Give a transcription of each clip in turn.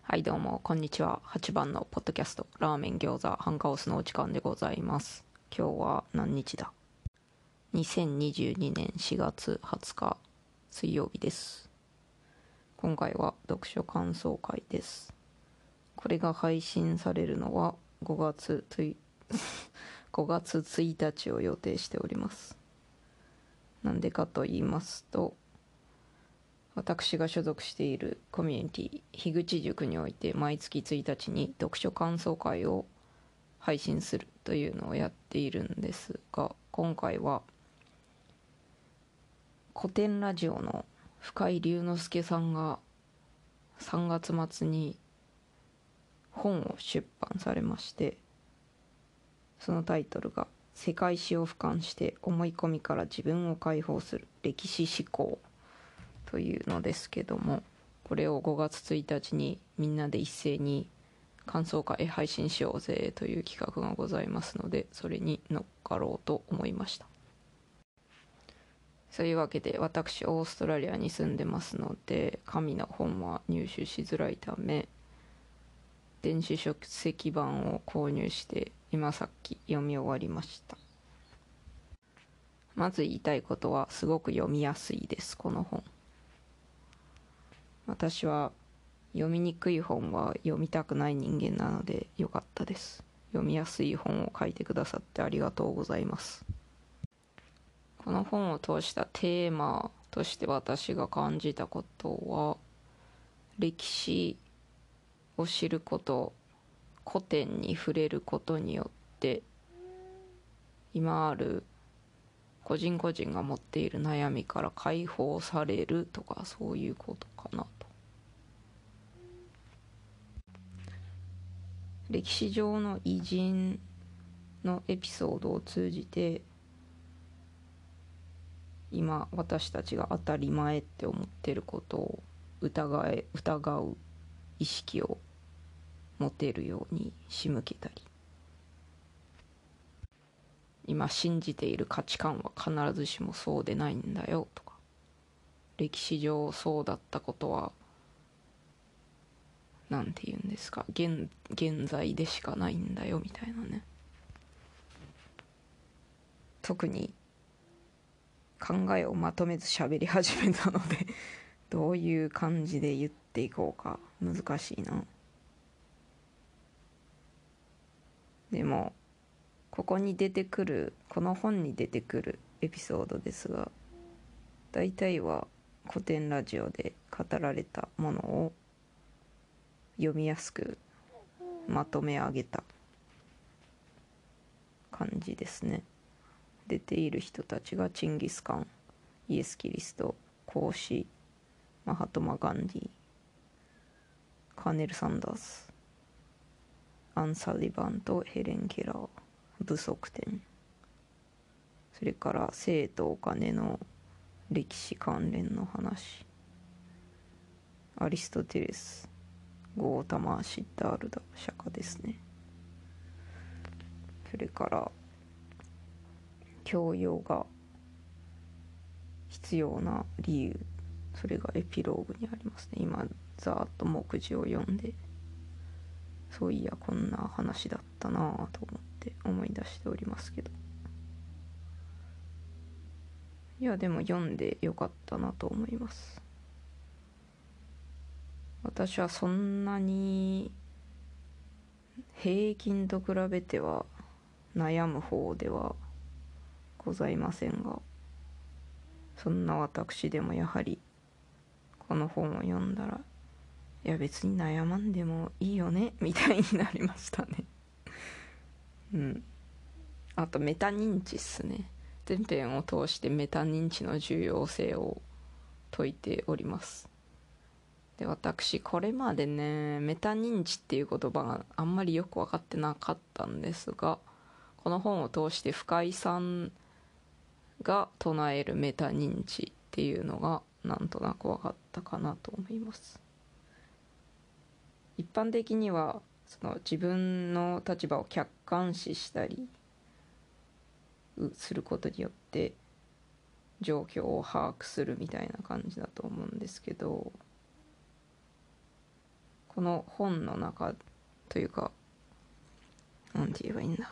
はいどうもこんにちは。8番のポッドキャストラーメン餃子ハンカオスのお時間でございます。今日は何日だ。2022年4月20日水曜日です。今回は読書感想会です。これが配信されるのは5月1日を予定しております。なんでかと言いますと、私が所属しているコミュニティ樋口塾において毎月1日に読書感想会を配信するというのをやっているんですが、今回は古典ラジオの深井龍之介さんが3月末に本を出版されまして、そのタイトルが世界史を俯瞰して思い込みから自分を解放する歴史思考というのですけども、これを5月1日にみんなで一斉に感想会配信しようぜという企画がございますので、それに乗っかろうと思いました。そういうわけで、私オーストラリアに住んでますので紙の本は入手しづらいため、電子書籍版を購入して今さっき読み終わりました。まず言いたいことは、すごく読みやすいです。この本、私は読みにくい本は読みたくない人間なのでよかったです。読みやすい本を書いてくださってありがとうございます。この本を通したテーマとして私が感じたことは、歴史を知ること、古典に触れることによって今ある個人個人が持っている悩みから解放されるとか、そういうことかなと。歴史上の偉人のエピソードを通じて、今私たちが当たり前って思ってることを疑う意識を持てるように仕向けたり、今信じている価値観は必ずしもそうでないんだよとか、歴史上そうだったことはなんて言うんですか、現在でしかないんだよみたいなね。特に考えをまとめず喋り始めたのでどういう感じで言っていこうか難しいな。でもこの本に出てくるエピソードですが、大体は古典ラジオで語られたものを読みやすくまとめ上げた感じですね。出ている人たちがチンギス・カン、イエス・キリスト、孔子、マハトマ・ガンディ、カーネル・サンダース、アン・サリバンとヘレン・ケラー、武則天、それから性とお金の歴史関連の話、アリストテレス、ゴータマ・シッダールダ釈迦ですね。それから教養が必要な理由、それがエピローグにありますね。今ざーっと目次を読んで、そういやこんな話だったなぁと思って思い出しておりますけど、いやでも読んでよかったなと思います。私はそんなに平均と比べては悩む方ではございませんが、そんな私でもやはりこの本を読んだら、いや別に悩まんでもいいよねみたいになりましたねあとメタ認知っすね。全編を通してメタ認知の重要性を説いております。で、私これまでね、メタ認知っていう言葉があんまりよく分かってなかったんですが、この本を通して深井さんが唱えるメタ認知っていうのがなんとなく分かったかなと思います。一般的にはその自分の立場を客観視したりすることによって状況を把握するみたいな感じだと思うんですけど、 この本の中というか、なんて言えばいいんだ、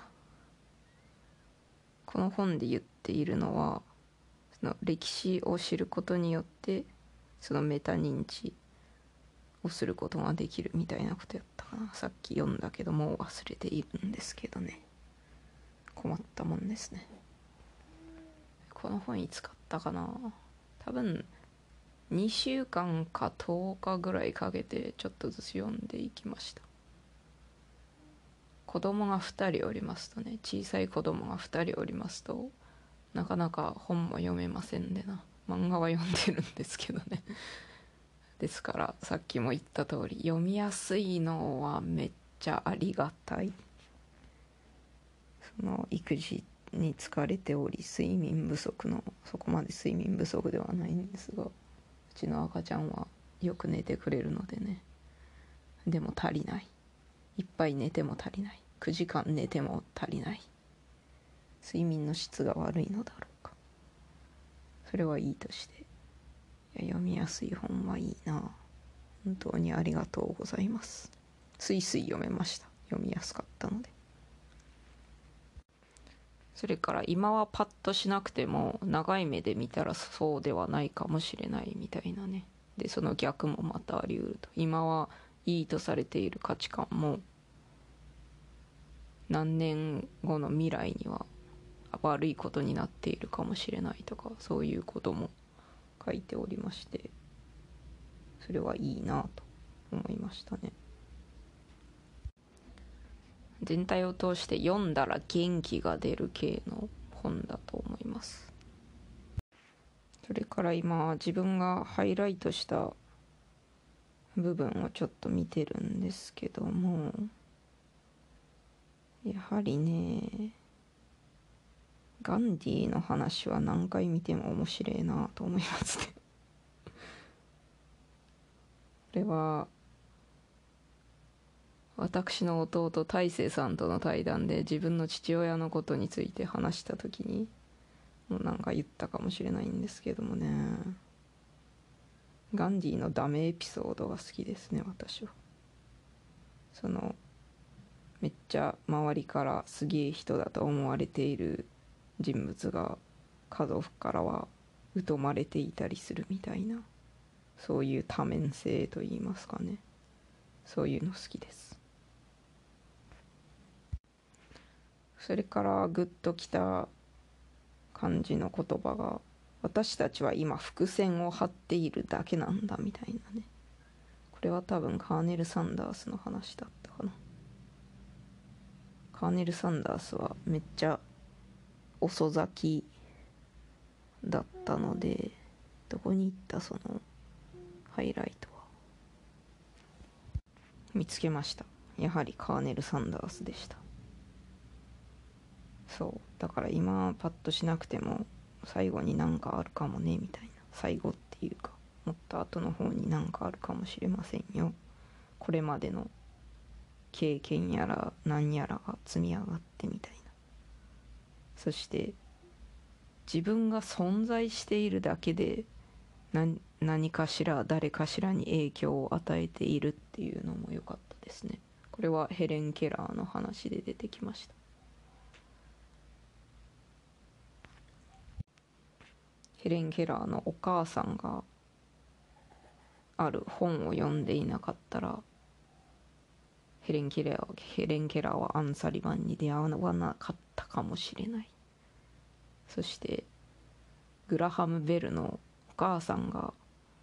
この本で言っているのは、その歴史を知ることによってそのメタ認知をすることができるみたいなことやったかな。さっき読んだけどもう忘れているんですけどね。困ったもんですね。この本いつ買ったかな。多分2週間か10日ぐらいかけてちょっとずつ読んでいきました。子供が2人おりますとね、小さい子供が2人おりますとなかなか本も読めませんでな。漫画は読んでるんですけどね。ですからさっきも言った通り、読みやすいのはめっちゃありがたい。その育児に疲れており、睡眠不足の、そこまで睡眠不足ではないんですが、うちの赤ちゃんはよく寝てくれるのでね。でも足りない。いっぱい寝ても足りない。9時間寝ても足りない。睡眠の質が悪いのだろうか。それはいいとして、いや読みやすい本はいいな。本当にありがとうございます。スイスイ読めました。読みやすかったので。それから今はパッとしなくても長い目で見たらそうではないかもしれないみたいなね。でその逆もまたあり得ると。今はいいとされている価値観も何年後の未来には悪いことになっているかもしれないとか、そういうことも書いておりまして、それはいいなと思いましたね。全体を通して読んだら元気が出る系の本だと思います。それから今自分がハイライトした部分をちょっと見てるんですけども、やはりね、ガンディの話は何回見ても面白いなと思いますね。これは私の弟大成さんとの対談で自分の父親のことについて話した時にもうなんか言ったかもしれないんですけどもね、ガンディのダメエピソードが好きですね、私は。そのめっちゃ周りからすげえ人だと思われている人物が家族からは疎まれていたりするみたいな、そういう多面性といいますかね、そういうの好きです。それからグッときた感じの言葉が、私たちは今伏線を張っているだけなんだみたいなね。これは多分カーネル・サンダースの話だったかな。カーネル・サンダースはめっちゃ遅咲きだったので、どこに行ったそのハイライトは。見つけました。やはりカーネル・サンダースでした。そうだから今パッとしなくても最後になんかあるかもねみたいな、最後っていうかもっと後の方になんかあるかもしれませんよ。これまでの経験やら何やらが積み上がってみたいな。そして自分が存在しているだけで何かしら誰かしらに影響を与えているっていうのも良かったですね。これはヘレン・ケラーの話で出てきました。ヘレン・ケラーのお母さんがある本を読んでいなかったらヘレン・ケラーはアン・サリバンに出会わなかったかもしれない。そしてグラハム・ベルのお母さんが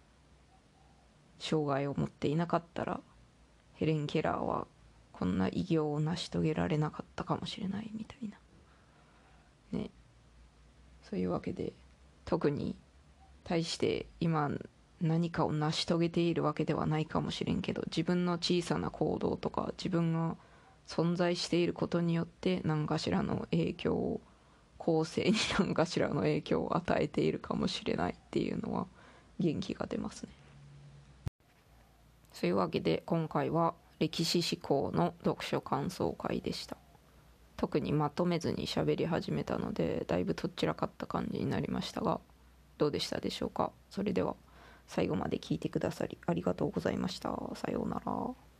障害を持っていなかったらヘレン・ケラーはこんな偉業を成し遂げられなかったかもしれないみたいなね。そういうわけで、特に対して今何かを成し遂げているわけではないかもしれんけど、自分の小さな行動とか自分が存在していることによって何かしらの影響を、後世に何かしらの影響を与えているかもしれないっていうのは元気が出ますね。そういうわけで今回は歴史思考の読書感想会でした。特にまとめずに喋り始めたのでだいぶとっちらかった感じになりましたが、どうでしたでしょうか。それでは最後まで聞いてくださりありがとうございました。さようなら。